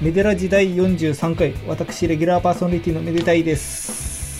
メデラジ第43回、私レギュラーパーソナリティのめでたいです。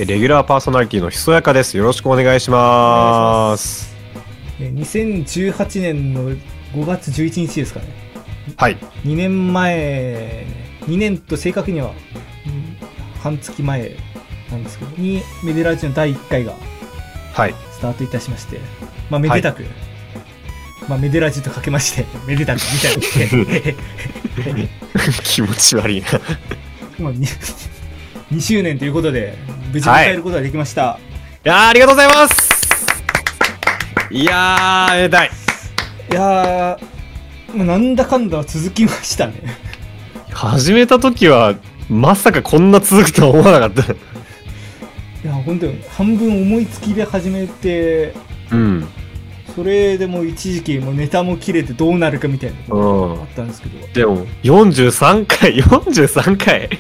レギュラーパーソナリティのひそやかです。よろしくお願いします。 2018年の5月11日ですかね。 はい。 2年前、2年と正確には半月前なんですけど、にメデラジの第1回がスタートいたしまして、まあめでたく、まあメデラジとかけましてめでたくみたいな気持ち悪いなまあ 2周年ということで無事迎えることができました。 いやー、ありがとうございます。いやー、めでたい。 いやー、なんだかんだ続きましたね。 始めた時はまさかこんな続くとは思わなかった。 いや本当に半分思いつきで始めて、それでも一時期もうネタも切れてどうなるかみたいなことがあったんですけど、 でも43回43回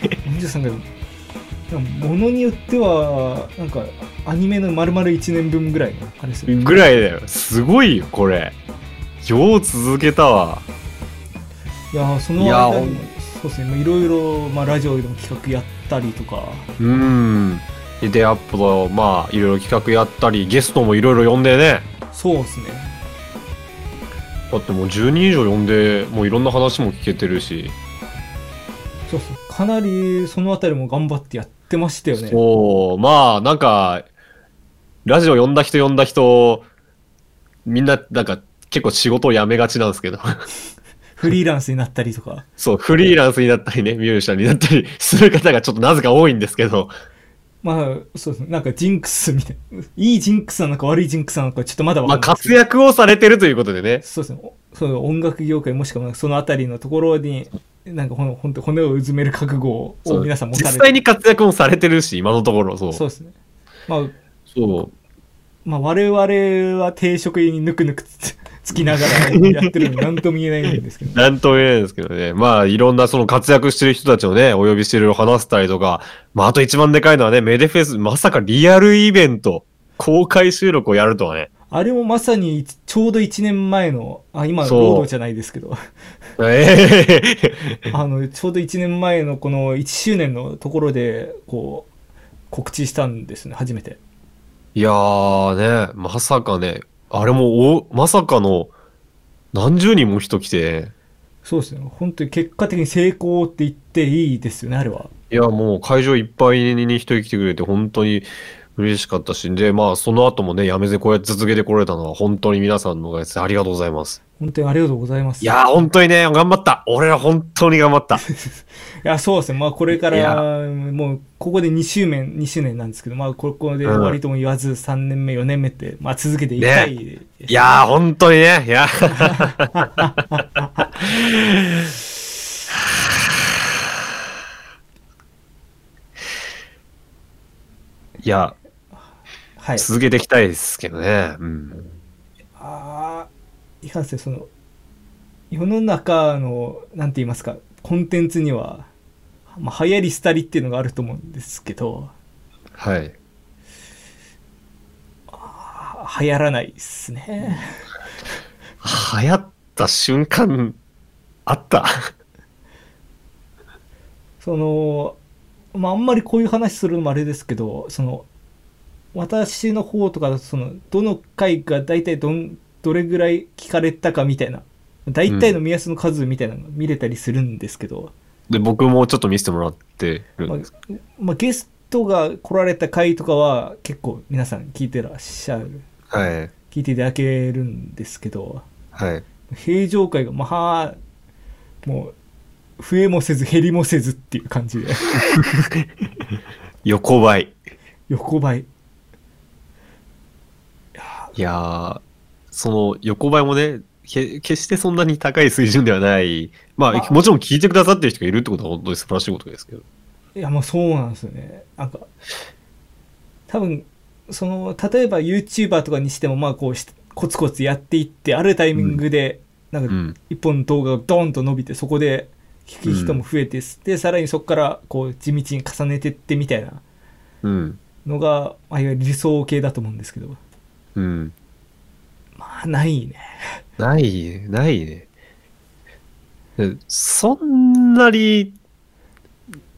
ものによってはなんかアニメの丸々1年分ぐらいのあれですよね。 ぐらいだよ。すごいよこれ。よう続けたわ。 いやその間にもそうですね、いろいろラジオでも企画やったりとか、 でアップとまあいろいろ企画やったりゲストもいろいろ呼んでね。 そうですね。 だってもう10人以上呼んでもういろんな話も聞けてるし。 そうそう、かなりそのあたりも頑張ってやってましたよね。 そうまあなんかラジオ呼んだ人みんななんか結構仕事を辞めがちなんですけどフリーランスになったりとかそうフリーランスになったりね、ミュージシャンになったりする方がちょっとなぜか多いんですけど、 まあそうですね、なんかジンクスみたいな、いいジンクスなのか悪いジンクスなのかちょっとまだ分かんないですけど、 活躍をされてるということでね。 そうですね、そう音楽業界もしくはそのあたりのところになんか本当骨をうずめる覚悟を皆さん持たれて、 実際に活躍もされてるし今のところ。そうですね。我々は定職にぬくぬくつきながらやってるのに何とも言えないんですけど何とも言えないんですけどね。まあいろんなその活躍してる人たちをねお呼びしていろいろ話せたりとか、まああと一番でかいのはね、メデフェスまさかリアルイベント公開収録をやるとはね。 あれもまさにちょうど1年前の今ロードじゃないですけどちょうど1年前のこの1周年のところでこう告知したんですね、初めて。 いやーね、まさかね、あれもまさかの何十人も人来て。 そうですね、本当に結果的に成功って言っていいですよね、あれは。 いやもう会場いっぱいに人来てくれて本当に嬉しかったし、でまあその後もねやめずこうやって続けてこれたのは本当に皆さんのおかげです。ありがとうございます。 本当にありがとうございます。 いや本当にね頑張った。俺ら本当に頑張った。いやそうですね、まあこれからもうここで2周年なんですけど、まあここで終わりとも言わず3年目4年目ってまあ続けていきたいです、ね。 いや本当にね、いやいや、はい、続けていきたいですけどね。 いかんせんその世の中のなんて言いますか、コンテンツには、まあ、流行り廃りっていうのがあると思うんですけど、 はい。 流行らないですね。 流行った瞬間あったそのまああんまりこういう話するのもあれですけど、その私の方とかそのどの回が大体どれぐらい聞かれたかみたいな大体の目安の数みたいなのが見れたりするんですけど、 で僕もちょっと見せてもらってるんです、 ゲストが来られた回とかは結構皆さん聞いてらっしゃる、聞いていただけるんですけど、平常回がまあもう増えもせず減りもせずっていう感じで横ばい。いやその横ばいもね決してそんなに高い水準ではない。まあもちろん聞いてくださってる人がいるってことは本当に素晴らしいことですけど。 いやもうそうなんですよね。なんか多分その例えば YouTuber とかにしてもまあこうコツコツやっていってあるタイミングでなんか一本の動画がドーンと伸びてそこで聞く人も増えて、でさらにそこからこう地道に重ねてってみたいなのが、いわゆる理想系だと思うんですけど、まあないね。 ないね。そんなに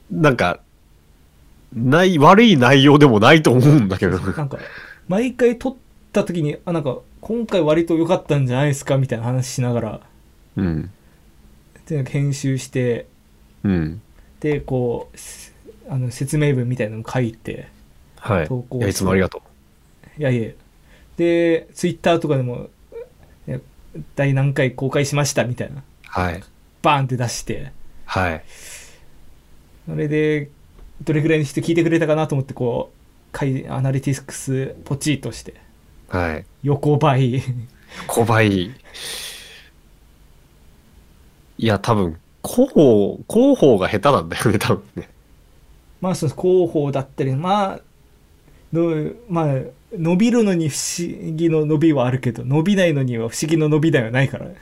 なんか、悪い内容でもないと思うんだけど。 なんか、毎回撮った時に、なんか、今回割と良かったんじゃないですかみたいな話しながら、 うん。 で、編集して、 うん。 で、こう、説明文みたいなの書いて、 はい。 投稿いや、いつもありがといやいや。で、ツイッターとかでも、第何回公開しましたみたいな、 う。はい。 バーンって出して、 はい。 それで、どれぐらいにして聞いてくれたかなと思って、こう、アナリティクスポチッとして、 はい。 横ばい。 小倍。いや、多分、広報が下手なんだよね、多分ね。 まあ、その広報だったり、まあ、伸びるのに不思議の伸びはあるけど、伸びないのには不思議の伸びないはないからね。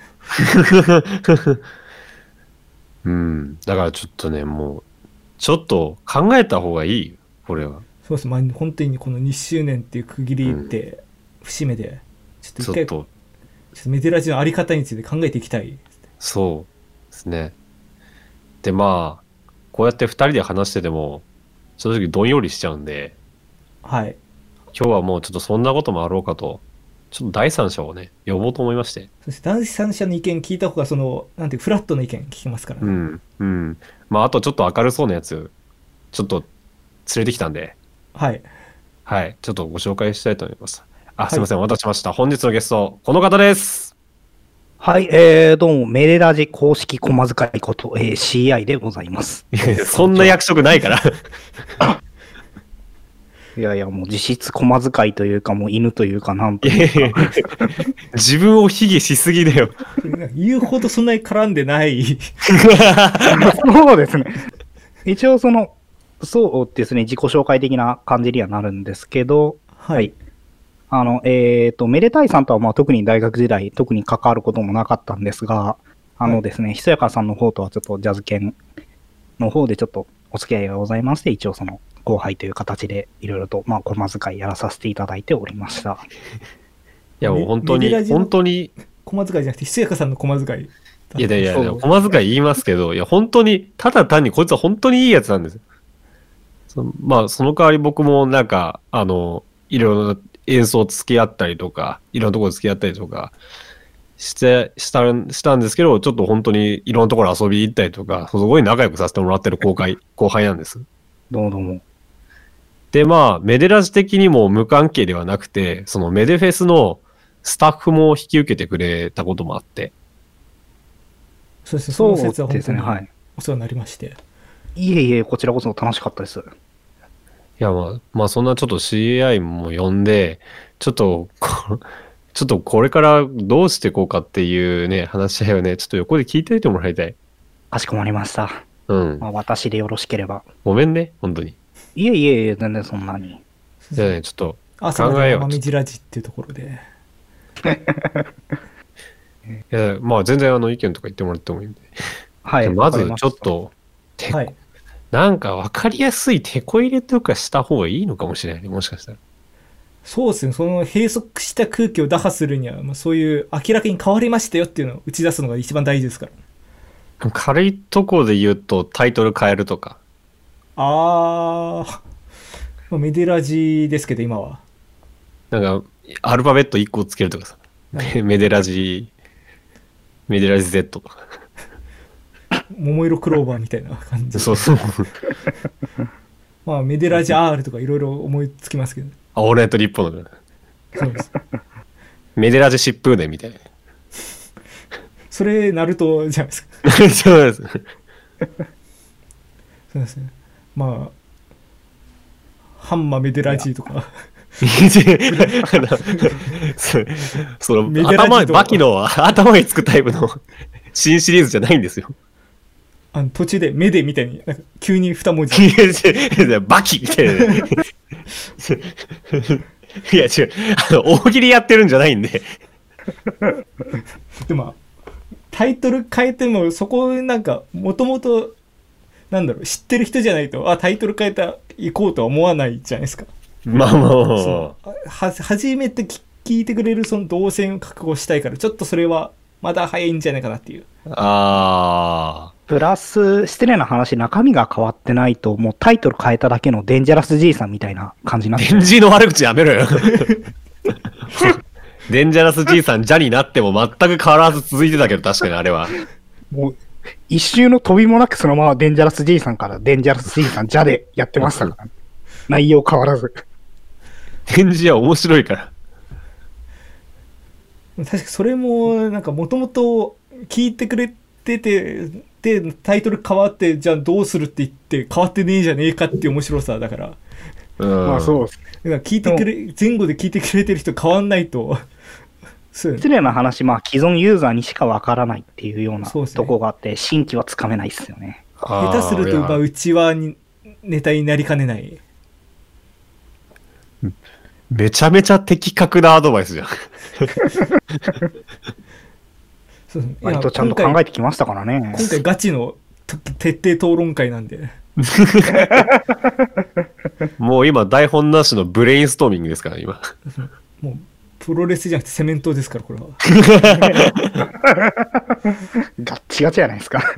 うん。だからちょっとね、もう、ちょっと考えた方がいいよ、これは。 そうです。まあ、本当にこの2周年っていう区切りって節目で、ちょっと一回、ちょっとメデラジのあり方について考えていきたい。 そうですね。で、まあ、こうやって2人で話してても、正直どんよりしちゃうんで、 はい。 今日はもうちょっとそんなこともあろうかと、ちょっと第三者をね、呼ぼうと思いまして。 そして第三者の意見聞いた方が、なんていうフラットな意見聞きますからね。 うん、うん。まあ、あとちょっと明るそうなやつ、ちょっと連れてきたんで、 はい。 はい、ちょっとご紹介したいと思います。あ、すはい。 いません、お待たせしました。本日のゲスト、この方です。 はい、どうも、メレラジ公式駒遣いこと、CI でございます。 いやいやそんな役職ないから。 いやいや、もう実質駒遣いというか、もう犬というか、なんといいうやいや自分を卑下しすぎだよ。 言うほどそんなに絡んでない。 か。そうですね。一応そうですね、自己紹介的な感じにはなるんですけど、 はい。 めでたいさんとはまあ特に大学時代、特に関わることもなかったんですが、ですね、ひそやかさんの方とはちょっとジャズ犬の方でちょっとお付き合いがございまして、一応その後輩という形でいろいろと、まあ、駒遣いやらさせていただいておりました。 いやもう本当に、 メデラジの本当に、 駒遣いじゃなくて、ひそやかさんの駒遣いだった。 いやいやいや、 そう駒遣い言いますけど、いや本当に、ただ単にこいつは本当にいいやつなんですよ。まあ、その代わり僕もなんか、いろいろな演奏付き合ったりとか、いろんなところ付き合ったりとかしたんですけど、ちょっと本当にいろんなところ遊びに行ったりとか、すごい仲良くさせてもらってる後輩なんです。 どうもどうも。 で、まあ、メデラジ的にも無関係ではなくて、そのメデフェスのスタッフも引き受けてくれたこともあって。 そうですね、その説はそうですね、 本当にはい。 お世話になりまして。 いえいえ、こちらこそ楽しかったです。 いや、まあ、そんなちょっと CI も呼んで、ちょっとこれからどうしていこうかっていうね、話し合いをね、ちょっと横で聞いておいてもらいたい。 かしこまりました。 うん。 まあ、私でよろしければ。 ごめんね、本当に。 いえいえいえ、全然そんなに。 じゃあね、ちょっと朝まで考えよう。 生身じらじっていうところで。 いや、まあ全然意見とか言ってもらってもいいんで。 はい。 まずちょわかりましたっと、 はい。 なんか分かりやすいテこ入れとかした方がいいのかもしれないね、もしかしたら。 そうですね、その閉塞した空気を打破するには、まあ、そういう明らかに変わりましたよっていうのを打ち出すのが一番大事ですから。 軽いとこで言うとタイトル変えるとか。 まあメデラジですけど、今は。 なんか、アルファベット1個つけるとかさ。メデラジ Z とか。 桃色クローバーみたいな感じ。 そうそう。 まあ、メデラジ R とかいろいろ思いつきますけど。 オールナイトリッポンのそうです。 メデラジ疾風伝みたいな。 それ、ナルトじゃないですか。 そうです。 そうですね。まあ、ハンマメデラジとか。 そのメデラジとバキの頭につくタイプの新シリーズじゃないんですよ。 途中でメデみたいに、なんか急に2文字。 バキみたいな。いや違う、大喜利やってるんじゃないんで。 でも、タイトル変えても、そこなんか、もともと、なんだろう、知ってる人じゃないと、タイトル変えた、行こうとは思わないじゃないですか。 まあまあ。 初めて聞いてくれるその動線を覚悟したいから、ちょっとそれは、まだ早いんじゃないかなっていう。 ああ。 プラス、失礼な話、中身が変わってないと、もうタイトル変えただけのデンジャラス G さんみたいな感じになってる。 デンジの悪口やめろよ。デンジャラス G さん、ジャになっても全く変わらず続いてたけど、確かにあれは。 もう、一周の飛びもなくそのままデンジャラス G さんからデンジャラス G さん、ジャでやってましたから。内容変わらず。 デンジは面白いから。 確かそれも、なんかもともと聞いてくれてて、で、タイトル変わって、じゃあどうするって言って変わってねえじゃねえかっていう面白さだから。 まあそうです。 だから聞いてくれ、前後で聞いてくれてる人変わんないと。 失礼な話、まあ既存ユーザーにしかわからないっていうようなとこがあって、新規はつかめないっすよね。 下手すると、まあ、うちはネタになりかねない。 めちゃめちゃ的確なアドバイスじゃん。 割とちゃんと考えてきましたからね。 今回ガチの徹底討論会なんで。 もう今台本なしのブレインストーミングですから今。 もうプロレスじゃなくてセメントですからこれは。 ガッチガチじゃないですか。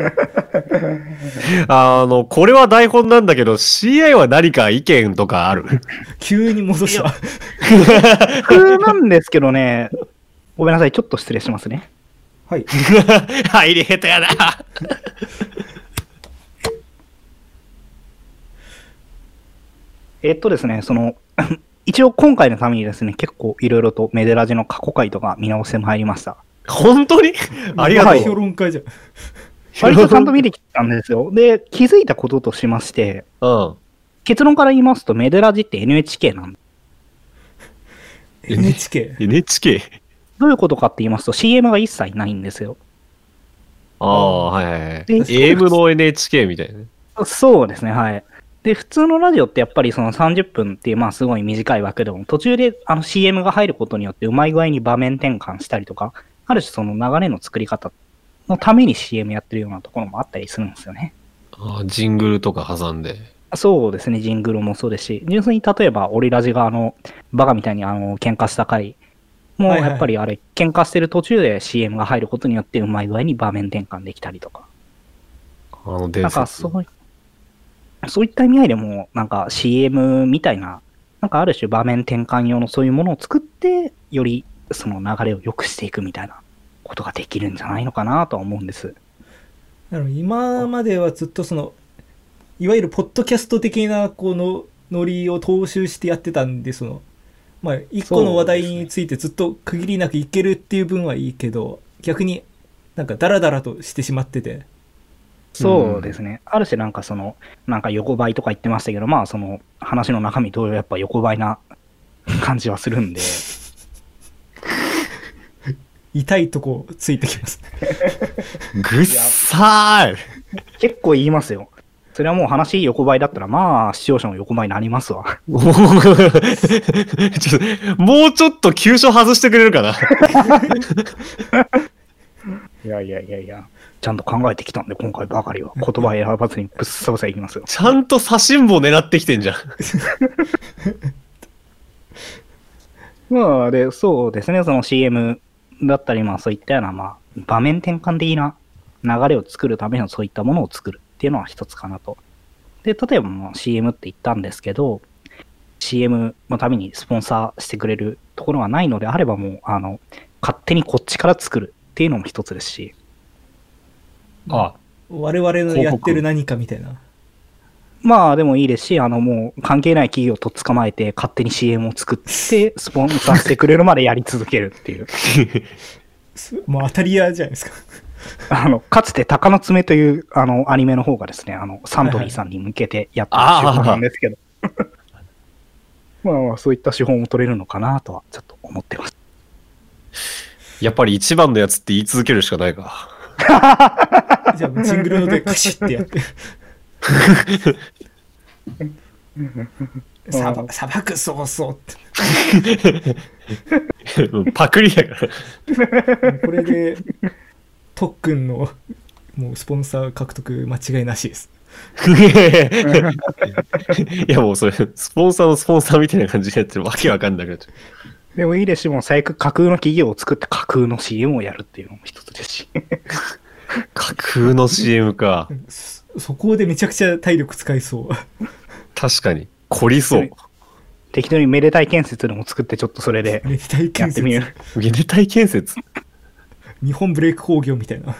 これは台本なんだけど CI は何か意見とかある？ 急に戻した。 普通なんですけどね。ごめんなさい、ちょっと失礼しますね。 はい。 入り下手やな。 ですね、一応今回のためにですね、結構いろいろとメデラジの過去回とか見直してまいりました。 本当にありがとう。 評論会じゃん。 割とちゃんと見てきたんですよ。で、気づいたこととしまして、結論から言いますと、メデラジって NHK なんだ。 NHK？ どういうことかって言いますと、CM が一切ないんですよ。 はいはいはい。AM の NHK みたいな。 そうですね、はい。で、普通のラジオってやっぱりその30分っていう、まあすごい短い枠でも、途中でCM が入ることによってうまい具合に場面転換したりとか、ある種その流れの作り方のために CM やってるようなところもあったりするんですよね。 ジングルとか挟んで。 そうですね、ジングルもそうですし、純粋に例えばオリラジがバカみたいに喧嘩した回もうやっぱりあれ、喧嘩してる途中で CM が入ることによってうまい具合に場面転換できたりとか。なんかそういった意味合いでも、なんか CM みたいな、なんかある種場面転換用のそういうものを作って、よりその流れを良くしていくみたいなことができるんじゃないのかなとは思うんです。 今まではずっといわゆるポッドキャスト的なこのノリを踏襲してやってたんで、まあ、一個の話題についてずっと区切りなくいけるっていう分はいいけど、逆になんかダラダラとしてしまってて。 そうですね。ある種なんかなんか横ばいとか言ってましたけど、まあ話の中身同様やっぱ横ばいな感じはするんで。 痛いとこついてきますね。 ぐっさーい。 結構言いますよ。それはもう話横ばいだったら、まあ視聴者も横ばいになりますわ。 もうちょっと急所外してくれるかな。 いや。ちゃんと考えてきたんで、今回ばかりは。言葉選ばずにぶっさぶさいきますよ。 ちゃんと差しんぼ狙ってきてんじゃん。 まあ、で、そうですね、その CM だったり、まあそういったような、まあ、場面転換的な流れを作るためのそういったものを作るっていうのは一つかなと。で、例えばもう CM って言ったんですけど、CM のためにスポンサーしてくれるところがないのであれば、もう、勝手にこっちから作るっていうのも一つですし。 我々のやってる何かみたいな。 まあでもいいですし、もう関係ない企業と捕まえて勝手に CM を作ってスポンサーしてくれるまでやり続けるっていう。 もう当たり屋じゃないですか。 かつて鷹の爪というアニメの方がですね、サントリーさんに向けてやった手法なんですけど。まあそういった手法も取れるのかなとはちょっと思ってます。 やっぱり一番のやつって言い続けるしかないか。 じゃあジングルのでカシッってやって。砂漠そうそうって。 パクリやから。 これで特訓のもうスポンサー獲得間違いなしです。 いやもうそれスポンサーのスポンサーみたいな感じでやってるわけわかんなくなっちゃう。 でもいいですし、もう最悪架空の企業を作って架空の CM をやるっていうのも一つですし。 架空の CM か。 そこでめちゃくちゃ体力使いそう。 確かに。凝りそう。 適当にめでたい建設でも作ってちょっとそれでめでたいや建設。 ってみる。 めでたい建設。 日本ブレイク工業みたいな。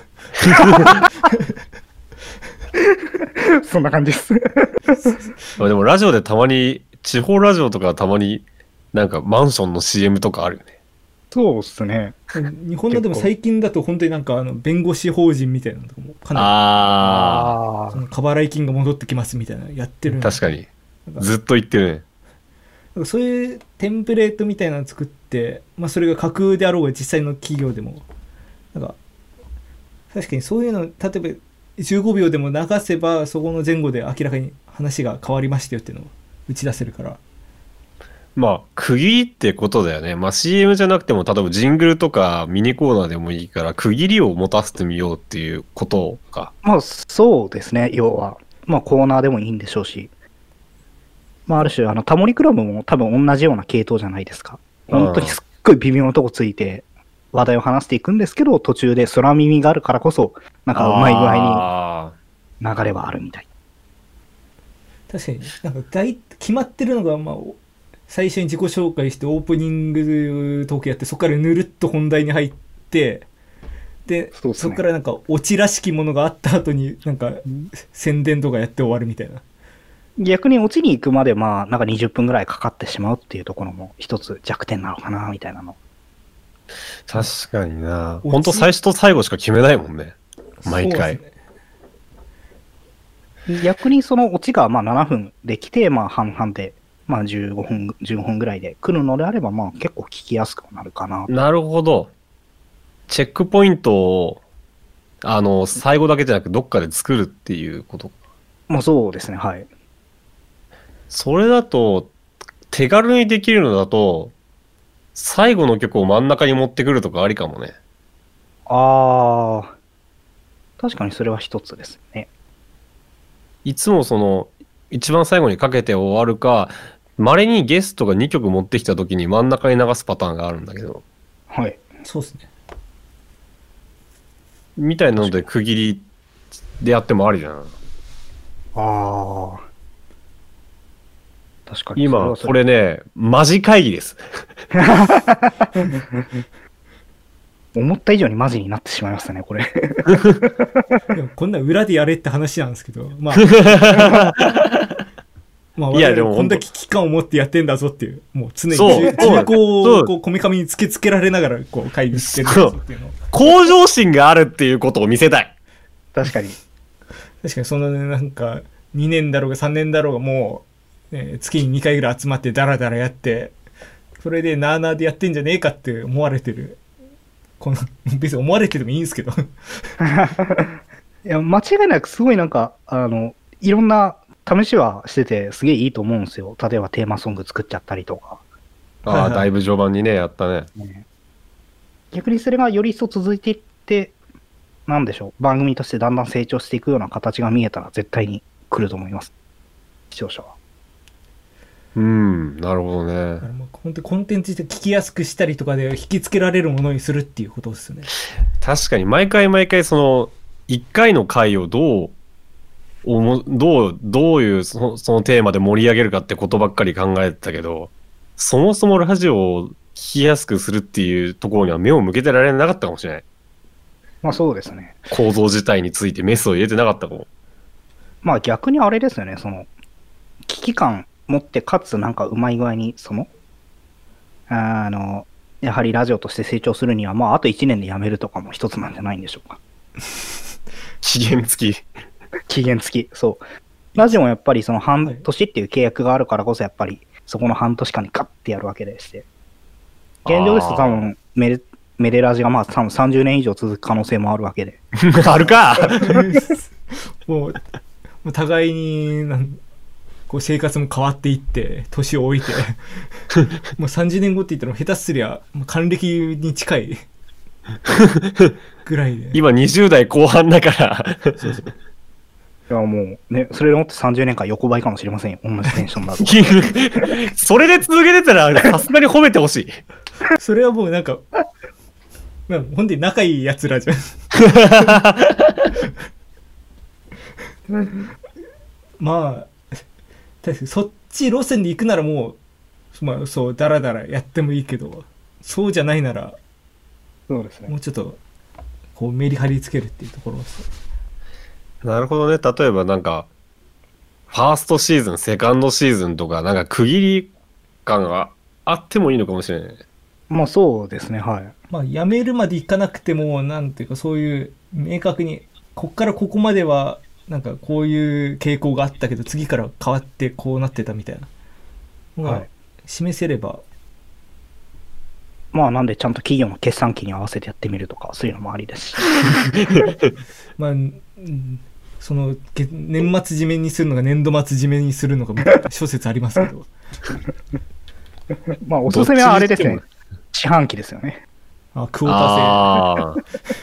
そんな感じです。 でもラジオでたまに、地方ラジオとかたまになんかマンションの CM とかあるよね。 そうっすね。 日本のでも最近だと本当になんか弁護士法人みたいなのとかもかなありその過払い金が戻ってきますみたいなやってるあ、確かに。ずっと言ってるね。 なんかそういうテンプレートみたいなの作って、まあ、それが架空であろうが実際の企業でもなんか確かにそういうの例えば15秒でも流せばそこの前後で明らかに話が変わりましたよっていうのを打ち出せるから。 まあ、区切りってことだよね。まあ CM じゃなくても、例えばジングルとかミニコーナーでもいいから、区切りを持たせてみようっていうことか。 まあそうですね、要は。まあコーナーでもいいんでしょうし。まあある種、タモリクラブも多分同じような系統じゃないですか。本当にすっごい微妙なとこついて話題を話していくんですけど、途中で空耳があるからこそ、なんかうまい具合に流れはあるみたい。 確かになんか決まってるのが、まあ、最初に自己紹介してオープニングトークやってそこからぬるっと本題に入ってで、そこからなんかオチらしきものがあった後になんか宣伝とかやって終わるみたいな。 逆にオチに行くまでまあなんか20分ぐらいかかってしまうっていうところも一つ弱点なのかなみたいなの。 確かにな。本当最初と最後しか決めないもんね。毎回。 逆にそのオチがまあ7分できて、まあ半々で、まあ15分ぐらいで来るのであれば、まあ結構聞きやすくなるかな。 なるほど。チェックポイントを、最後だけじゃなくどっかで作るっていうこと。 まあそうですね、はい。 それだと、手軽にできるのだと、最後の曲を真ん中に持ってくるとかありかもね。 ああ、確かにそれは一つですね。 いつもその、一番最後にかけて終わるか、稀にゲストが2曲持ってきた時に真ん中に流すパターンがあるんだけど。 はい。 そうですね。 みたいなので区切りでやってもありじゃん。 ああ。確かに。 今、これね、マジ会議です。 思った以上にマジになってしまいましたね、これ。 でもこんな裏でやれって話なんですけど、まあ、まあ、いやでもこんだけ危機感を持ってやってんだぞっていう、もう常に重厚をこうこめかみに突きつけられながらこう会議してるんだぞっていうのを。 向上心があるっていうことを見せたい。 確かに。 確かにそのね、なんか2年だろうが3年だろうがもう、月に2回ぐらい集まってダラダラやって、それでなーなーでやってんじゃねえかって思われてる。別に思われててもいいんですけど。 いや、間違いなくすごいなんか、いろんな試しはしててすげえいいと思うんですよ。例えばテーマソング作っちゃったりとか。 ああ、だいぶ序盤にね、やったね。 逆にそれがより一層続いていって、なんでしょう、番組としてだんだん成長していくような形が見えたら絶対に来ると思います。視聴者は。 なるほどね。 本当にコンテンツで聞きやすくしたりとかで引きつけられるものにするっていうことですよね。 確かに毎回その1回の回をどういうそのテーマで盛り上げるかってことばっかり考えてたけど、そもそもラジオを聞きやすくするっていうところには目を向けてられなかったかもしれない。 まあそうですね。 構造自体についてメスを入れてなかったかも。 まあ逆にあれですよね、その危機感持ってかつなんかうまい具合にやはりラジオとして成長するにはまああと1年でやめるとかも一つなんじゃないんでしょうか。 期限付き。 期限付き。そう。ラジオもやっぱりその半年っていう契約があるからこそやっぱりそこの半年間にガッてやるわけでして。現状ですと多分メデラジがまあ多分30年以上続く可能性もあるわけで。 あるかもう互いにこう生活も変わっていって年を置いてもう30年後って言ったら下手すりゃ還暦に近いぐらいで今20代後半だからそうそう。いやもうね、それでもって30年間横ばいかもしれませんよ。同じテンションだと。 それで続けてたらさすがに褒めてほしい。 それはもうなんか本当に仲いいやつらじゃん。 まあ、確かにそっち路線で行くならもう、まあそう、だらだらやってもいいけど、そうじゃないなら、 そうですね。 もうちょっと、こう、メリハリつけるっていうところです。 なるほどね。例えばなんか、ファーストシーズン、セカンドシーズンとか、なんか区切り感があってもいいのかもしれない。 まあそうですね、はい。 まあ、やめるまでいかなくても、なんていうか、そういう、明確に、こっからここまでは、なんかこういう傾向があったけど、次から変わってこうなってたみたいなのがはい示せれば、 まあなんでちゃんと企業の決算期に合わせてやってみるとか、そういうのもありですし。 まあ、その、年末締めにするのか年度末締めにするのかみたいな諸説ありますけど。 まあおすすめはあれですどっちにね。四半期ですよね。 あ、クォーターああ。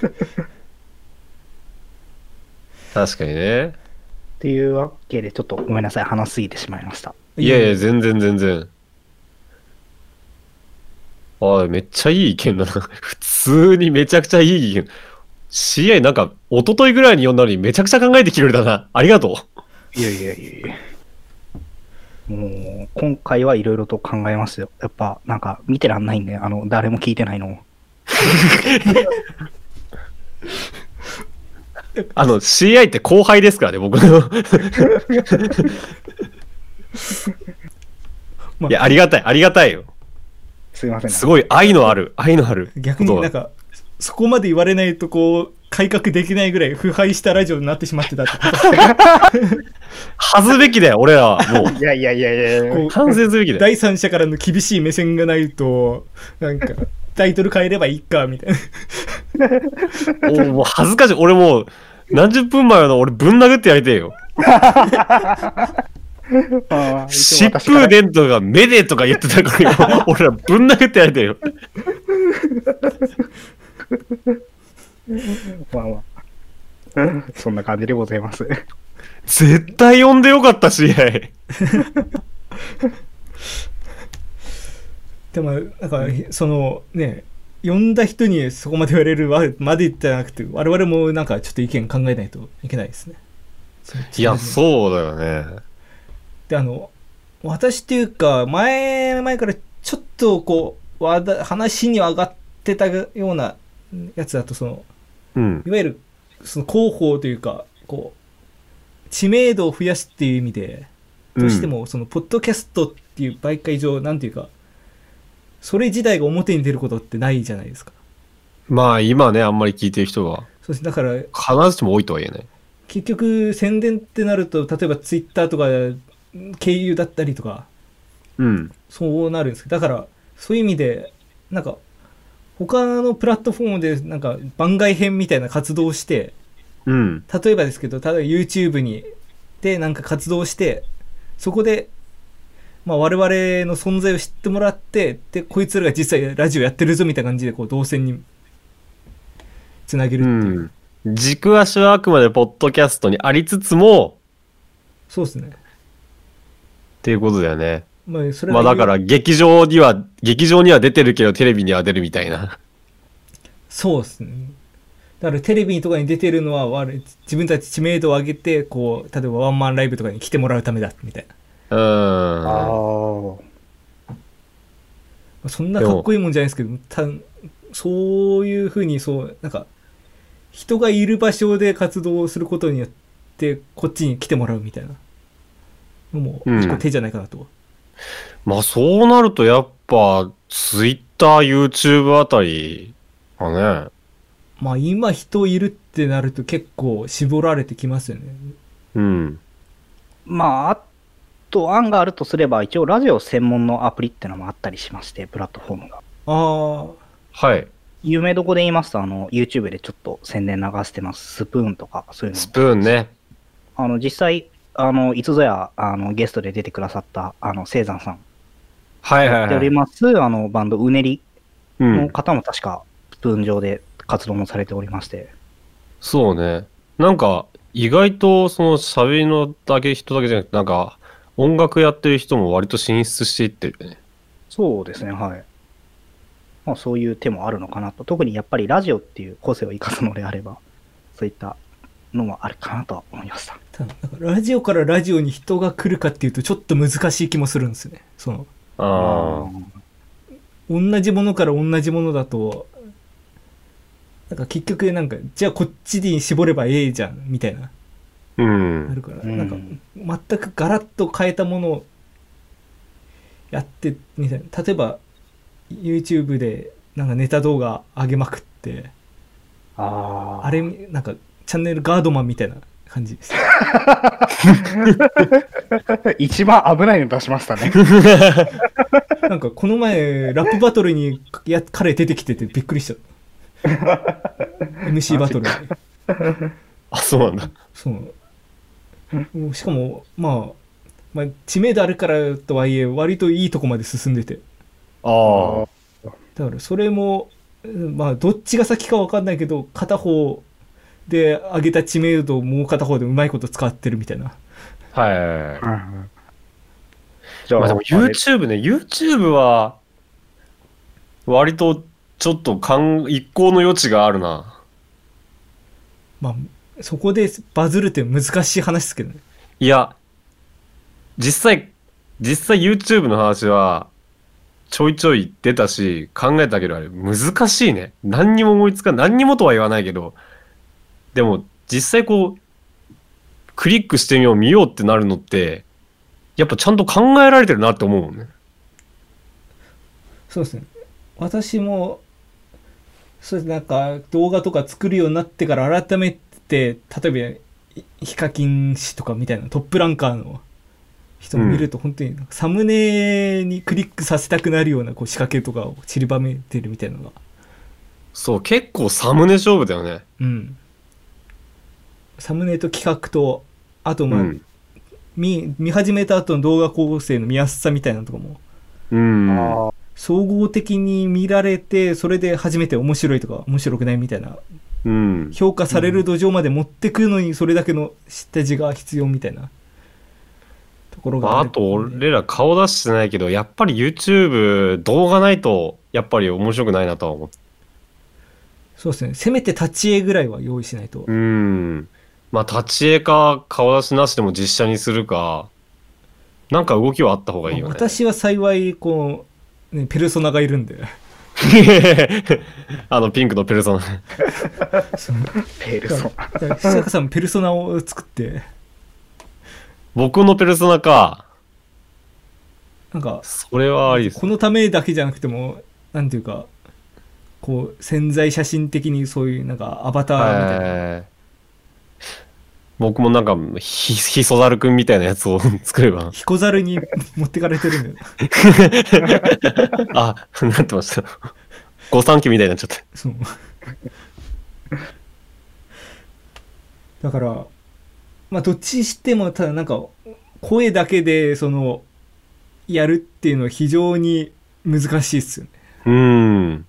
確かにね。 っていうわけで、ちょっとごめんなさい、話しすぎてしまいました。 制。 いやいや、全然全然。ああ、めっちゃいい意見だな。普通にめちゃくちゃいい意見。CI なんか、一昨日ぐらいに読んだのにめちゃくちゃ考えてきてくれたな。ありがとう。 いやいやいやいや。もう、今回はいろいろと考えますよ。やっぱ、なんか、見てらんないんで、誰も聞いてないのを。 CI って後輩ですからね、僕の。 まあいや、ありがたい、ありがたいよ。 すいません。 すごい愛のある逆になんか、そこまで言われないとこう、改革できないぐらい腐敗したラジオになってしまってたってこと恥ずべきだよ、俺らは。もう、 いやいやいやいやこう反省すべきだよ。 第三者からの厳しい目線がないと、なんか、タイトル変えればいいか、みたいな。 もう恥ずかしい。俺もう、何十分前の俺ぶん殴ってやりてえよ。疾風伝とかめでとか言ってたからよ。俺らぶん殴ってやりてえよ。 まあまあ。そんな感じでございます。 絶対呼んでよかったし。 でも、なんか、そのね、呼んだ人にそこまで言われるまでじゃなくて、我々もなんかちょっと意見考えないといけないですね。 いや、そうだよね。 で、私っていうか、前からちょっとこう、話には上がってたようなやつだと、 うん。 いわゆる、その広報というか、こう、知名度を増やすっていう意味で、どうしても、その、ポッドキャストっていう媒介上、なんていうか、それ自体が表に出ることってないじゃないですか。 まあ、今ね、あんまり聞いてる人は、 そうです。だから、 必ずしも多いとは言えない。 結局、宣伝ってなると、例えばツイッターとか、経由だったりとか、 うん。 そうなるんですけど、だから、そういう意味で、なんか、他のプラットフォームで、なんか、番外編みたいな活動をして、 うん。 例えばですけど、例えば YouTube でなんか活動して、そこで、まあ我々の存在を知ってもらって、で、こいつらが実際ラジオやってるぞみたいな感じで、こう、動線につなげるっていう。 うん。軸足はあくまでポッドキャストにありつつも、 そうですね。 っていうことだよね。 まあ、それまあだから劇場には出てるけどテレビには出るみたいな。 そうですね。だからテレビとかに出てるのは自分たち知名度を上げて、こう、例えばワンマンライブとかに来てもらうためだ、みたいな。 ああ。 そんなかっこいいもんじゃないですけど、そういうふうに、なんか、人がいる場所で活動することによって、こっちに来てもらうみたいなのも、一個手じゃないかなと。 まあそうなるとやっぱ、Twitter、YouTube あたりかね。 まあ今人いるってなると結構絞られてきますよね。 うん。 まあ、あと案があるとすれば、一応ラジオ専門のアプリってのもあったりしまして、プラットフォームが。 ああ。 はい。 有名どこで言いますと、YouTube でちょっと宣伝流してます。スプーンとか、そういうの。 スプーンね。 実際、いつぞや、ゲストで出てくださった、聖山さん。 はいはいやっておはい。 ります、バンド、うねりうん。 の方も確か、スプーン上で活動もされておりまして。 そうね。なんか、意外とその喋りの人だけじゃなくて、なんか、音楽やってる人も割と進出していってるよね。 そうですね、はい。 まあ、そういう手もあるのかなと。特にやっぱりラジオっていう個性を生かすのであれば、そういったのもあるかなとは思いました。 ただなんかラジオからラジオに人が来るかっていうとちょっと難しい気もするんですよね。そのあ同じものから同じものだとなんか結局なんかじゃあこっちに絞ればええじゃんみたいなあ。うあん。 るから、なんか全くガラッと変えたものをやってみたいな。例えば YouTube でなんかネタ動画上げまくってあれなんかチャンネルガードマンみたいな感じです。 一番危ないの出しましたね。 なんかこの前ラップバトルに彼出てきててびっくりしちゃった。MC バトルで。 あ、そうなんだ。 そうしかも、まあ知名度あるからとはいえ割といいとこまで進んでて、 ああ。 だからそれもまあどっちが先か分かんないけど片方で上げた知名度をもう片方でうまいこと使ってるみたいな。 はい。 じゃあ、 まあでも YouTube は、割とちょっと一向の余地があるな。 まあそこでバズるって難しい話ですけどね。 いや、実際 YouTube の話は、ちょいちょい出たし、考えたけどあれ難しいね。何にも思いつかん。何にもとは言わないけど、でも実際こう、クリックしてみよう、見ようってなるのって、やっぱちゃんと考えられてるなって思うもんね。 そうですね。私もそうですね、なんか動画とか作るようになってから改めて例えばヒカキン氏とかみたいなトップランカーの人を見ると本当にサムネにクリックさせたくなるようなこう仕掛けとかを散りばめてるみたいなのが、 そう、結構サムネ勝負だよね。 サムネと企画とあとまあ、 うん。 見始めた後の動画構成の見やすさみたいなのとかもうん。 総合的に見られてそれで初めて面白いとか面白くないみたいなうん。 評価される土壌まで持ってくのにそれだけの下地が必要みたいなところがあある、 と、俺ら顔出してないけど、やっぱり YouTube 動画ないと、やっぱり面白くないなとは思って。 そうですね、せめて立ち絵ぐらいは用意しないと。 まあ、立ち絵か、顔出しなしでも実写にするか、なんか動きはあった方がいいよね。 私は幸いこう、ね、ペルソナがいるんでピンクのペルソナ。 ペルソナ。 久坂さんペルソナを作って僕のペルソナか。 なんかそれはありです。 このためだけじゃなくてもなんていうかこう潜在写真的にそういうなんかアバターみたいな、 僕もなんかひそざるくんみたいなやつを作れば。 ヒコザルに持ってかれてるんだよあ、なってました。御三家みたいになっちゃって。 そうだからまあどっちにしてもただなんか声だけでそのやるっていうのは非常に難しいっすよね。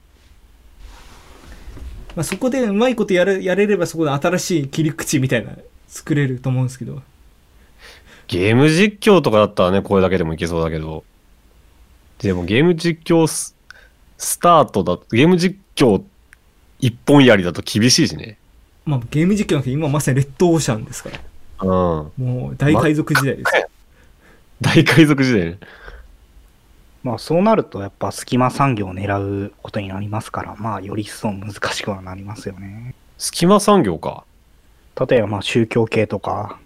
まあ、そこでうまいことやれればそこで新しい切り口みたいな作れると思うんですけど、 ゲーム実況とかだったらね、これだけでもいけそうだけど。でもゲーム実況スタートだと、ゲーム実況一本やりだと厳しいしね。 まあゲーム実況なんて今まさにレッドオーシャンですから、もう大海賊時代です、 大海賊時代ね。 まあそうなるとやっぱ隙間産業を狙うことになりますから、まあより一層難しくはなりますよね。 隙間産業か。 例えばまあ宗教系とか。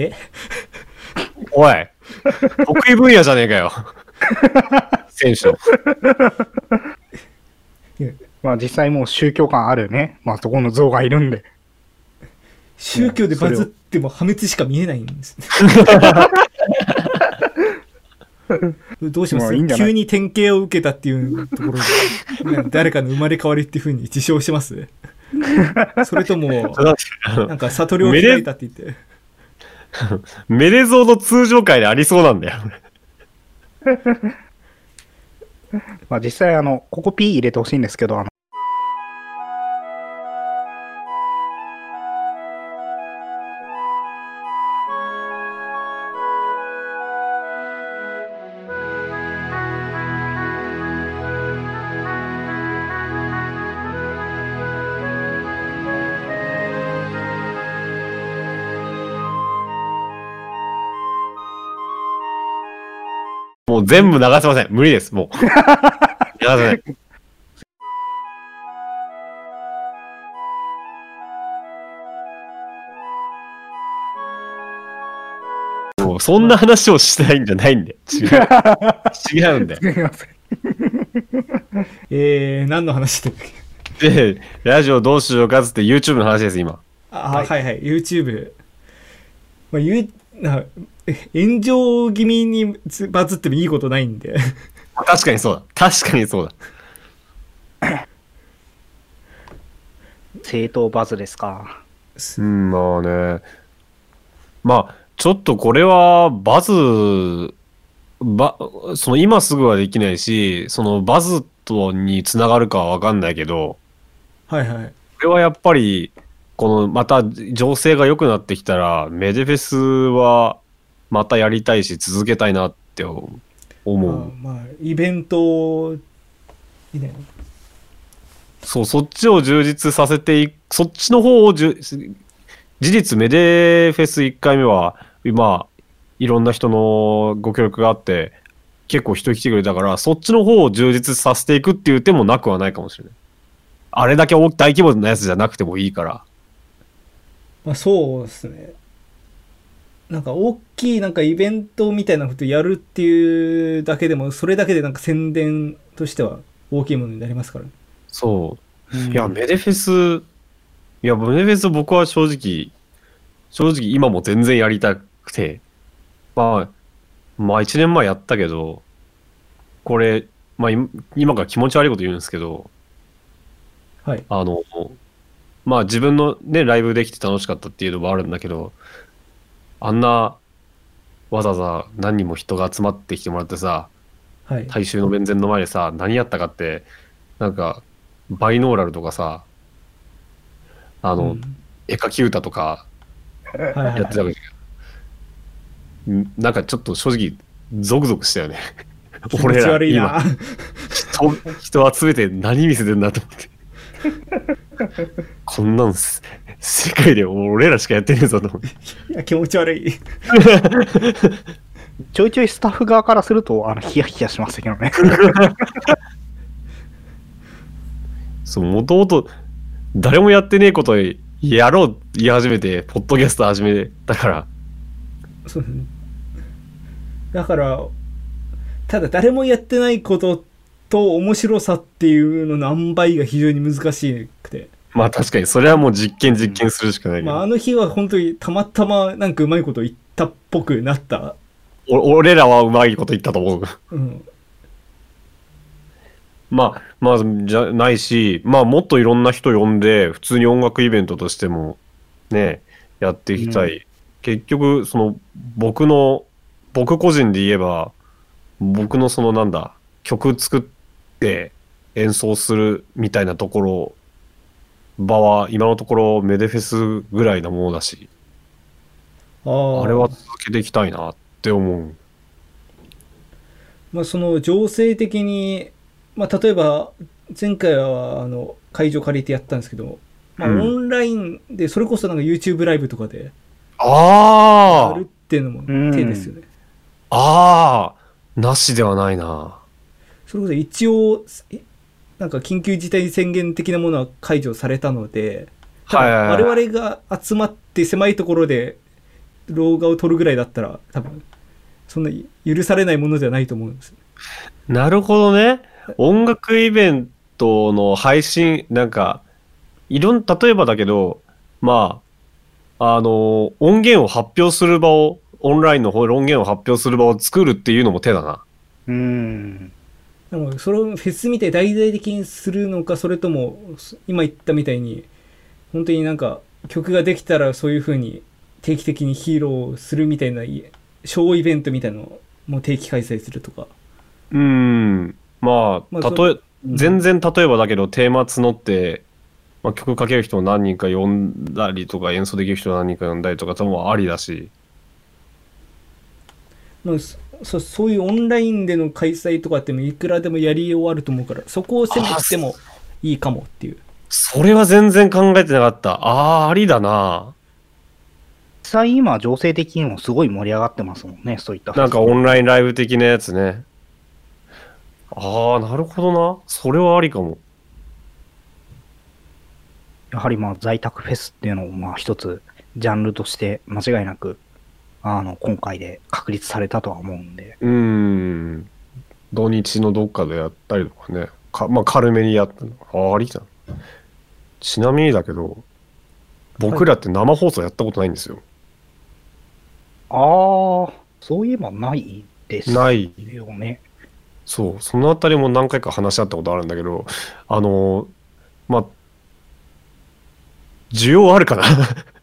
おい得意分野じゃねえかよ。選手の。 まあ実際もう宗教観あるね。まあそこの像がいるんで。 宗教でバズっても破滅しか見えないんですね。どうします？いい急に典型を受けたっていうところで誰かの生まれ変わりっていう風に自称してます？それともなんか悟りを開いたって言ってメレゾーの通常回でありそうなんだよ。 まあ実際ここ P 入れてほしいんですけど、 もう全部流せません。無理です、もう。流せない。もうそんな話をしたいんじゃないんで。違う。違うんだよ。 すみません。 何の話だっけ？ で、ラジオどうしようかっつって YouTube の話です、今。 はいはい、YouTube。まあ、炎上気味にバズってもいいことないんで。 確かにそうだ。確かにそうだ。 正当バズですか。 まあね。まあ、ちょっとこれはその今すぐはできないし、そのバズにつながるかはわかんないけど、 はいはい。 これはやっぱり、このまた情勢が良くなってきたら、メデフェスはまたやりたいし続けたいなって思う。 まあ、イベント、ね、 そっちを充実させてそっちの方を事実メデフェス1回目は、今、いろんな人のご協力があって、結構人来てくれたから、そっちの方を充実させていくっていう手もなくはないかもしれない。あれだけ大規模なやつじゃなくてもいいから。 まあそうですね。なんか大きいなんかイベントみたいなことやるっていうだけでも、それだけでなんか宣伝としては大きいものになりますからね。 そう。いや、メデフェス僕は正直今も全然やりたくて、まあ1年前やったけど、これ、まあ今から気持ち悪いこと言うんですけど、 はい。 まあ自分のね、ライブできて楽しかったっていうのもあるんだけど、あんな、わざわざ何人も人が集まってきてもらってさ、 はい。 大衆の面前の前でさ、何やったかって、なんか、バイノーラルとかさ、絵描き歌とか、やってたわけじゃん。なんかちょっと正直、ゾクゾクしたよね。 俺ら今人集めて何見せてんだと思って。こんなん世界で俺らしかやってねえぞと思って。 いや、気持ち悪い。 ちょいちょいスタッフ側からすると、ヒヤヒヤしましたけどね。 そう、もともと誰もやってねえことやろう言い始めて、ポッドキャスト始めたから。 そうだから、ただ誰もやってないことと面白さっていうのの塩梅が非常に難しくて。 まあ確かに、それはもう実験するしかないけど。 まああの日は本当にたまたまなんかうまいこと言ったっぽくなった。 俺らはうまいこと言ったと思う。 うん。 まあじゃないし、まあもっといろんな人呼んで、普通に音楽イベントとしてもね、やっていきたい。結局、僕個人で言えば、僕の曲作って演奏するみたいなところ、場は今のところメデフェスぐらいなものだし、あれは続けていきたいなって思う。 まあその情勢的に、まあ例えば前回は会場借りてやったんですけど、まあオンラインでそれこそなんか YouTube ライブとかでやるっていうのも手ですよね。 なしではないな。 それこそ一応なんか緊急事態宣言的なものは解除されたので、我々が集まって狭いところで動画を撮るぐらいだったら多分そんな許されないものではないと思うんです。 なるほどね。音楽イベントの配信、なんか例えばだけど、まあ音源を発表する場を、オンラインの方で音源を発表する場を作るっていうのも手だな。 でもそれをフェスみたいに大々的にするのか、それとも今言ったみたいに本当になんか曲ができたらそういう風に定期的に披露するみたいな小イベントみたいなのも定期開催するとか。 まあ全然例えばだけどテーマ募って、まあ、曲かける人を何人か呼んだりとか、演奏できる人を何人か呼んだりとかともありだし、 まあそういうオンラインでの開催とかってもいくらでもやり終わると思うから、そこを攻めてもいいかもっていう。 それは全然考えてなかった。ありだな。 実際今情勢的にもすごい盛り上がってますもんね、そういった。 なんかオンラインライブ的なやつね。 ああ、なるほどな。それはありかも。 やはりまあ在宅フェスっていうのをまあ一つジャンルとして間違いなく今回で確立されたとは思うんで。 土日のどっかでやったりとかね。まあ軽めにやったの。ありじゃん。ちなみにだけど、僕らって生放送やったことないんですよ。 そういえばないですよね。 ないそう、そのあたりも何回か話し合ったことあるんだけど、まあ、需要あるかな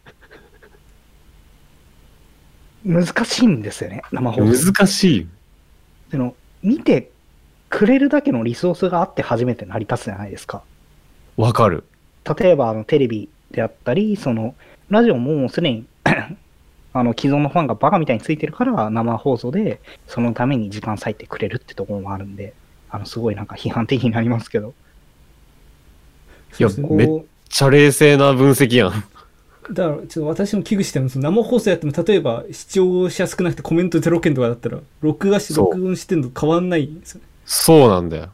難しいんですよね、生放送。 難しい。 見てくれるだけのリソースがあって初めて成り立つじゃないですか。 わかる。 例えばテレビであったり、ラジオももうすでに既存のファンがバカみたいについてるから生放送でそのために時間割いてくれるってところもあるんで、すごいなんか批判的になりますけど。 いや、めっちゃ冷静な分析やん。 だからちょっと私も危惧してるんです。生放送やっても例えば視聴者少なくてコメント0件とかだったら録音してんの変わんないんですよね。 そうなんだよ。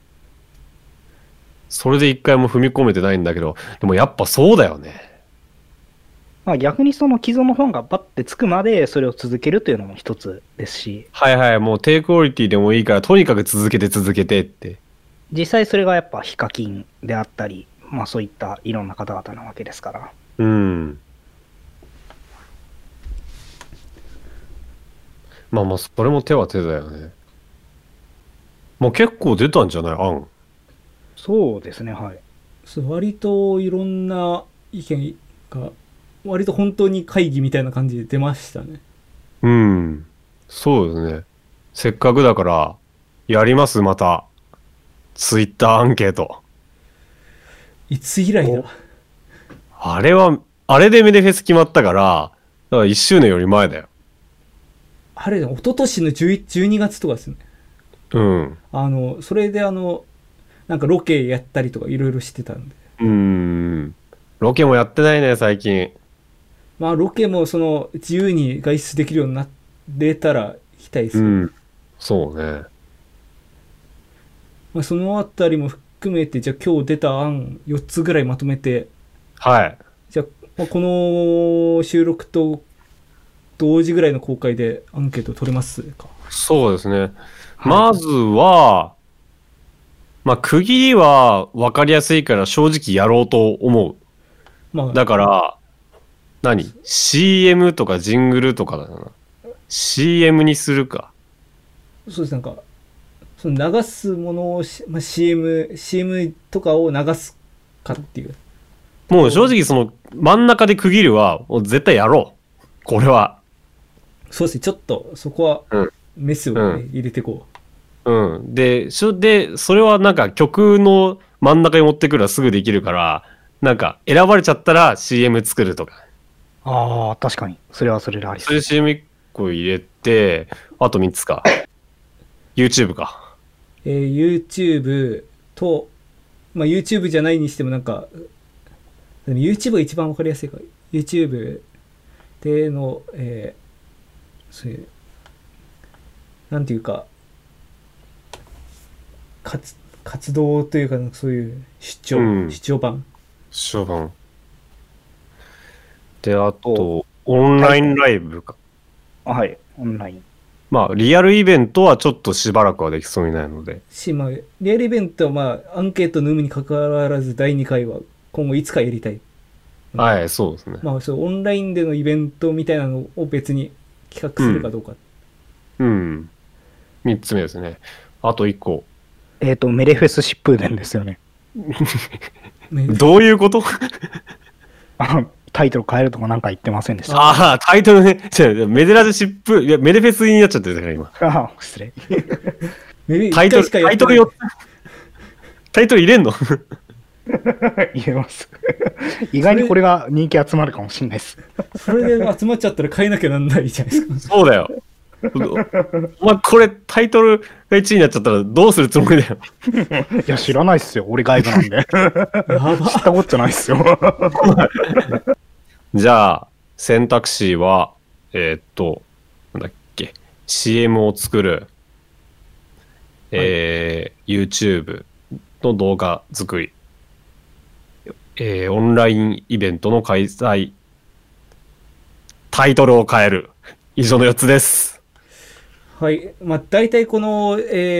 それで一回も踏み込めてないんだけど、でもやっぱそうだよね。 まあ逆に既存のファンがバッてつくまでそれを続けるというのも一つですし。 はいはい、もう低クオリティでもいいからとにかく続けてって。 実際それがやっぱヒカキンであったり、まあそういったいろんな方々なわけですから。 まあそれも手は手だよね。もう結構出たんじゃない案。 そうですね、はい。 割といろんな意見が割と本当に会議みたいな感じで出ましたね。 そうですね。せっかくだからやります。またツイッターアンケート。 いつ以来だ。 あれでメデフェス決まったから、だから1周年より前だよ。 あれ、一昨年の12月とかですね。それでなんかロケやったりとかいろいろしてたんで。 ロケもやってないね、最近。 まあロケも自由に外出できるようになれたら行きたいですよ。 そうね。 まあそのあたりも含めて、じゃあ今日出た案4つぐらいまとめて。 はい。 じゃあ、まあ、この収録と同時ぐらいの公開でアンケート取れますか？ そうですね。まずは、まあ、区切りは分かりやすいから正直やろうと思う。まあ、だから、CM とかジングルとかだな。CM にするか。 そうです、なんか、流すものを、まあ、CM とかを流すかっていう。 もう正直真ん中で区切るはもう絶対やろう。これは。 そうですね、ちょっとそこはメスを、入れていこう。で、それはなんか曲の真ん中に持ってくるはすぐできるから、なんか選ばれちゃったら CM 作るとか。 確かに。それはそれでありそう。 それで CM1 個入れて、あと3つか。YouTube か。 YouTube と、まあ YouTube じゃないにしてもなんか、YouTube が一番わかりやすいから、YouTube での、そういう、なんていうか、活動というか、そういう主張版。 で、あと、オンラインライブか。 はい、オンライン。 まあ、リアルイベントはちょっとしばらくはできそうにないので。 まあ、リアルイベントは、まあ、アンケートの有無に関わらず、第2回は今後いつかやりたい。 はい、そうですね。 まあ、オンラインでのイベントみたいなのを別に企画するかどうか。 3つ目ですね。あと1個。 メレフェス疾風伝ですよね。 どういうことタイトル変えるとかなんか言ってませんでした？ タイトルね。メデラジ疾風、いや、メデフェスになっちゃってるから今。 失礼。 タイトル入れんの入れます。意外にこれが人気集まるかもしれないです。 それで集まっちゃったら変えなきゃなんないじゃないですか。 そうだよ。お前これタイトルが1位になっちゃったらどうするつもりだよ。 いや知らないっすよ。俺外部なんで。知ったことじゃないっすよ。 じゃあ選択肢はなんだっけ CM を作る YouTube の動画作り、オンラインイベントの開催、タイトルを変える。以上の4つです。 はい。まあ、大体この、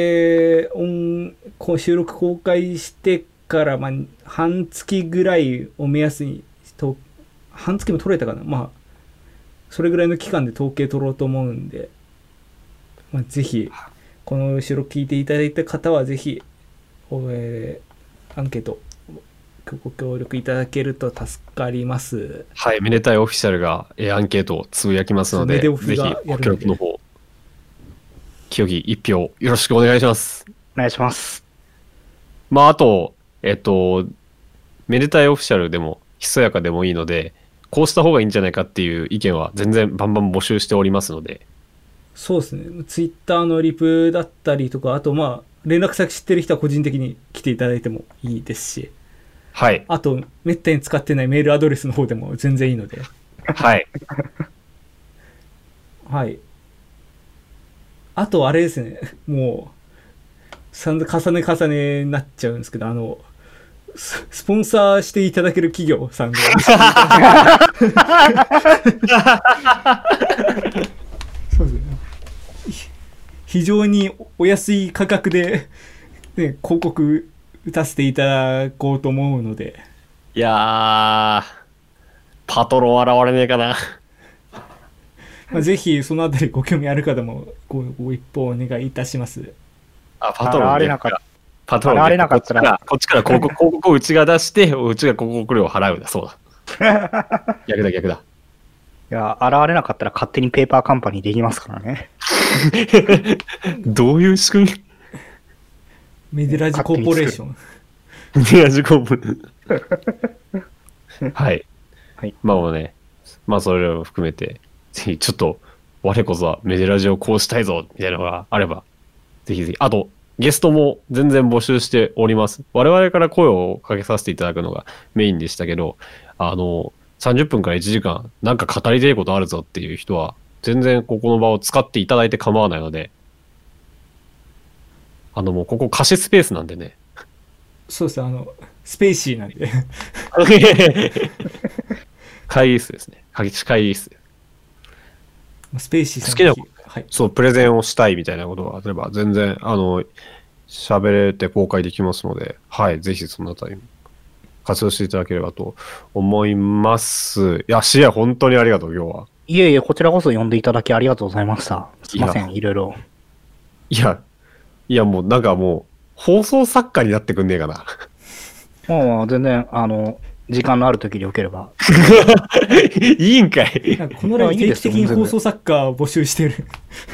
収録公開してから、まあ、半月ぐらいを目安に、半月も取れたかな。まあ、それぐらいの期間で統計取ろうと思うんで、まあ、ぜひ、この収録聞いていただいた方は、ぜひ、アンケート、ご協力いただけると助かります。 はい、めでたいオフィシャルが、アンケートをつぶやきますので、ぜひご協力の方、清き一票よろしくお願いします。 お願いします。 まあ、あと、めでたいオフィシャルでも、ひそやかでもいいので、こうした方がいいんじゃないかっていう意見は全然バンバン募集しておりますので。 そうですね。ツイッターのリプだったりとか、あとまあ、連絡先知ってる人は個人的に来ていただいてもいいですし。 はい。 あと、めったに使ってないメールアドレスの方でも全然いいので。 はい。 はい。あと、あれですね。もう、重ねになっちゃうんですけど、スポンサーしていただける企業さんで。そうですね。非常にお安い価格で、ね、広告打たせていただこうと思うので。 いやー、パトロン現れねえかな。 まあ、ぜひそのあたりご興味ある方もご一報お願いいたします。 あ、パトロン現れなかった。 パトロン現れなかったらこっちから広告をうちが出して、うちが広告料を払うんだ。そうだ。逆だ。 いや、現れなかったら勝手にペーパーカンパニーできますからね。 どういう仕組み？ メデラジコーポレーション。 メデラジコーポレーション。はい。 はい。 まあもうね、まあそれを含めて、ぜひちょっと、我こそはメデラジをこうしたいぞ、みたいなのがあれば、ぜひぜひ。あと、ゲストも全然募集しております。我々から声をかけさせていただくのがメインでしたけど、30分から1時間、なんか語りたいことあるぞっていう人は、全然ここの場を使っていただいて構わないので、もうここ貸しスペースなんでね。 そうですね、スペーシーなんで。 会議室ですね。会議室。 スペーシーさん好きな、 はい、 そう、プレゼンをしたいみたいなことがあれば、全然、喋れて公開できますので、はい、ぜひそのあたりも活用していただければと思います。いや、シエ本当にありがとう、今日は。 いえいえ、こちらこそ呼んでいただきありがとうございました。すいません、いろいろ。 いや、もうなんかもう、放送作家になってくんねえかな。 もう全然、時間のある時でよければ。 いいんかい。 このライン定期的に放送作家を募集してる。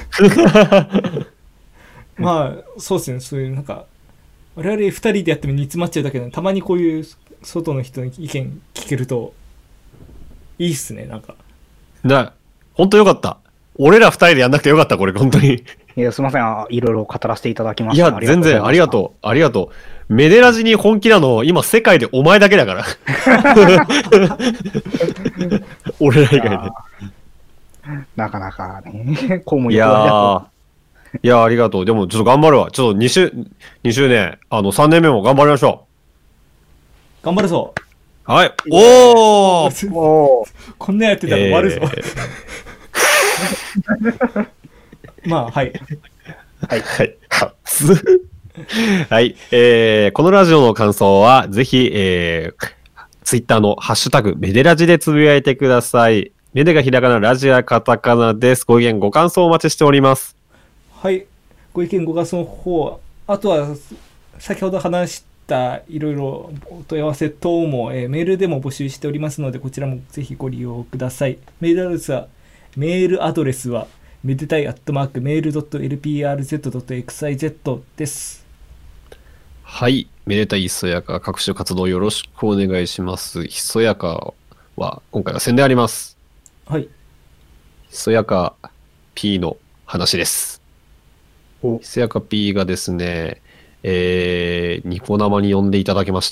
まあ、そうですね、そういうなんか、我々2人でやっても煮詰まっちゃうだけど、たまにこういう外の人の意見聞けると、いいっすね、なんか。 ほんとよかった。俺ら2人でやんなくてよかった、これ、本当に。 いや、すみません、いろいろ語らせていただきました。 いや、全然、ありがとう。メデラジに本気なの、今世界でお前だけだから。俺ら以外で。 なかなかね、こうもいや、ありがとう。でも、ちょっと頑張るわ。ちょっと2周年、3年目も頑張りましょう。頑張るぞ。 はい。おーこんなやってたら終わるぞ。まあ、はい。 はい。はい。このラジオの感想は、ぜひ、ツイッターのハッシュタグ、メデラジでつぶやいてください。メデがひらがな、ラジはカタカナです。ご意見、ご感想お待ちしております。 はい。ご意見、ご感想の方、あとは、先ほど話したいろいろお問い合わせ等も、メールでも募集しておりますので、こちらもぜひご利用ください。メールアドレスは、めでたい@mail.lprz.xyz です。 はい。めでたいひそやか各種活動よろしくお願いします。ひそやかは、今回は宣伝あります。 はい。 ひそやか P の話です。ひそやか P がですね、ニコ生に呼んでいただきました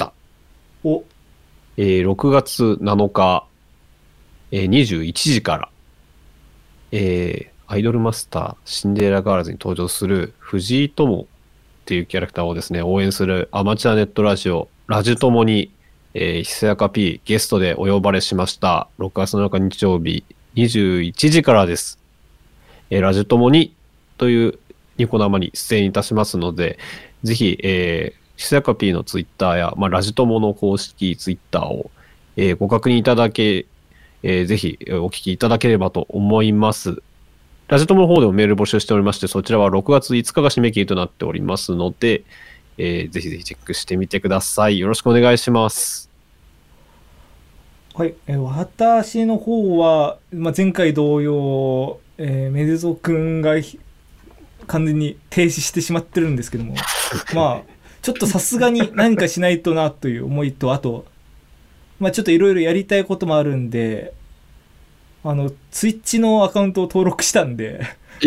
。6月7日、21時から、アイドルマスターシンデレラガールズに登場する藤井友っていうキャラクターをですね、応援するアマチュアネットラジオ、ラジともに、ひそやか P ゲストでお呼ばれしました。6月7日日曜日21時からです。ラジともにというニコ生に出演いたしますので、ぜひ、ひそやか P のツイッターや、ラジともの公式ツイッターを、ご確認いただけ、ぜひお聞きいただければと思います。ラジともの方でもメール募集しておりまして、そちらは6月5日が締め切りとなっておりますので、ぜひぜひチェックしてみてください。よろしくお願いします。 はい、私の方は、前回同様、メデゾ君が完全に停止してしまってるんですけども、ちょっとさすがに何かしないとなという思いと、あと、ちょっといろいろやりたいこともあるんで、ツイッチのアカウントを登録したんで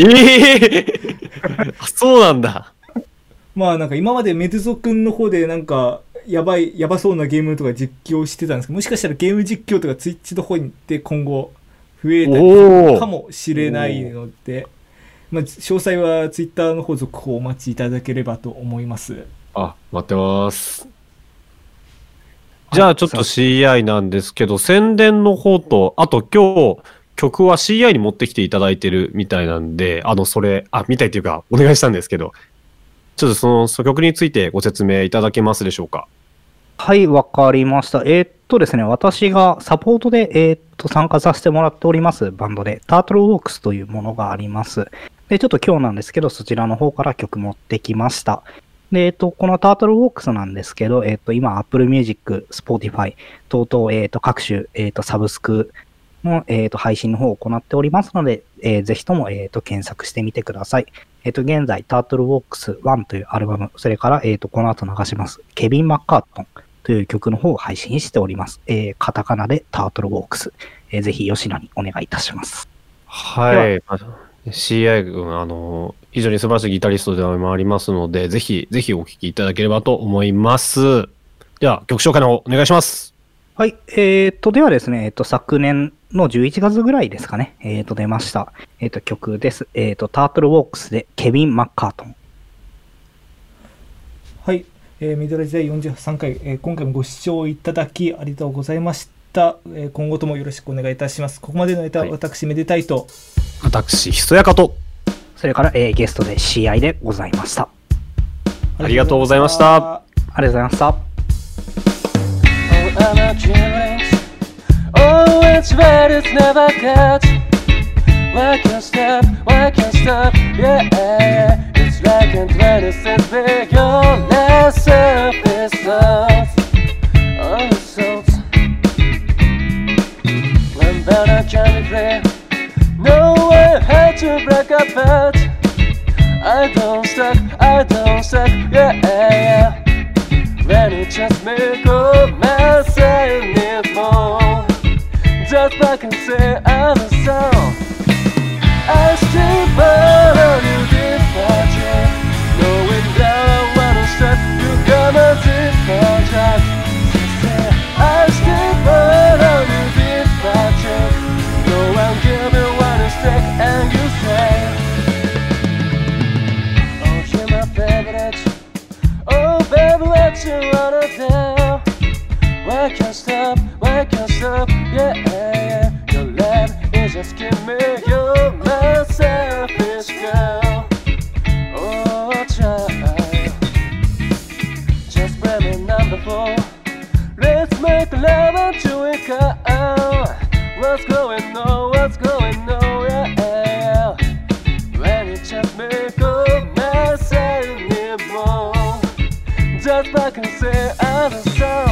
そうなんだ。 なんか今までメデゾ君の方でなんかやばそうなゲームとか実況してたんですけど、もしかしたらゲーム実況とかツイッチの方にで今後増えたりするかもしれないので、詳細はツイッターの方続報をお待ちいただければと思います。 待ってます。じゃあちょっと CI なんですけど、宣伝の方と、あと今日曲は CI に持ってきていただいてるみたいなんで、みたいっていうかお願いしたんですけど、ちょっとその曲についてご説明いただけますでしょうか。 はい、わかりました。ですね、私がサポートで、参加させてもらっておりますバンドで、タートルウォークスというものがあります。で、ちょっと今日なんですけど、そちらの方から曲持ってきました。で、このタートルウォークスなんですけど、今、Apple Music、Spotify 等々、各種、サブスクの、配信の方を行っておりますので、ぜひとも、検索してみてください。現在、タートルウォークス1というアルバム、それから、この後流します、ケビン・マッカートンという曲の方を配信しております。カタカナでタートルウォークス。ぜひ、吉野にお願いいたします。 はい。CI 君、非常に素晴らしいギタリストでもありますので、ぜひお聴きいただければと思います。では、曲紹介の方、お願いします。 はい。ではですね、昨年の11月ぐらいですかね、出ました、曲です。タートルウォークスでケビン・マッカートン。 はい。ミドラジ第43回、今回もご視聴いただきありがとうございました。今後ともよろしくお願いいたします。ここまでの間、私、めでたいと。 私、ひそやかと。 それから、ゲストで CI でございました。 ありがとうございました。 ありがとうございました。 Oh, it's red, it's never cut. Why can't stop, why can't stop? Yeah, it's like a 20 cents big, your last surface thoughts on the salt. When better can be free, no one had to break apart. I don't stop, yeah. When it just make a mess and need more. Just back and say I'm a song. I still burn on you this project. Knowing that I wanna start, you come on this project. I still burn on you this project. No one give me one stick and you say, oh, you're my favorite. Oh, baby, what you wanna do? Why can't stop, yeah, your love is just give me, you're my selfish girl. Oh, try, just bring me number 4. Let's make love until we come. What's going on, yeah. When you just make a mess anymore. Just back and say I'm a song.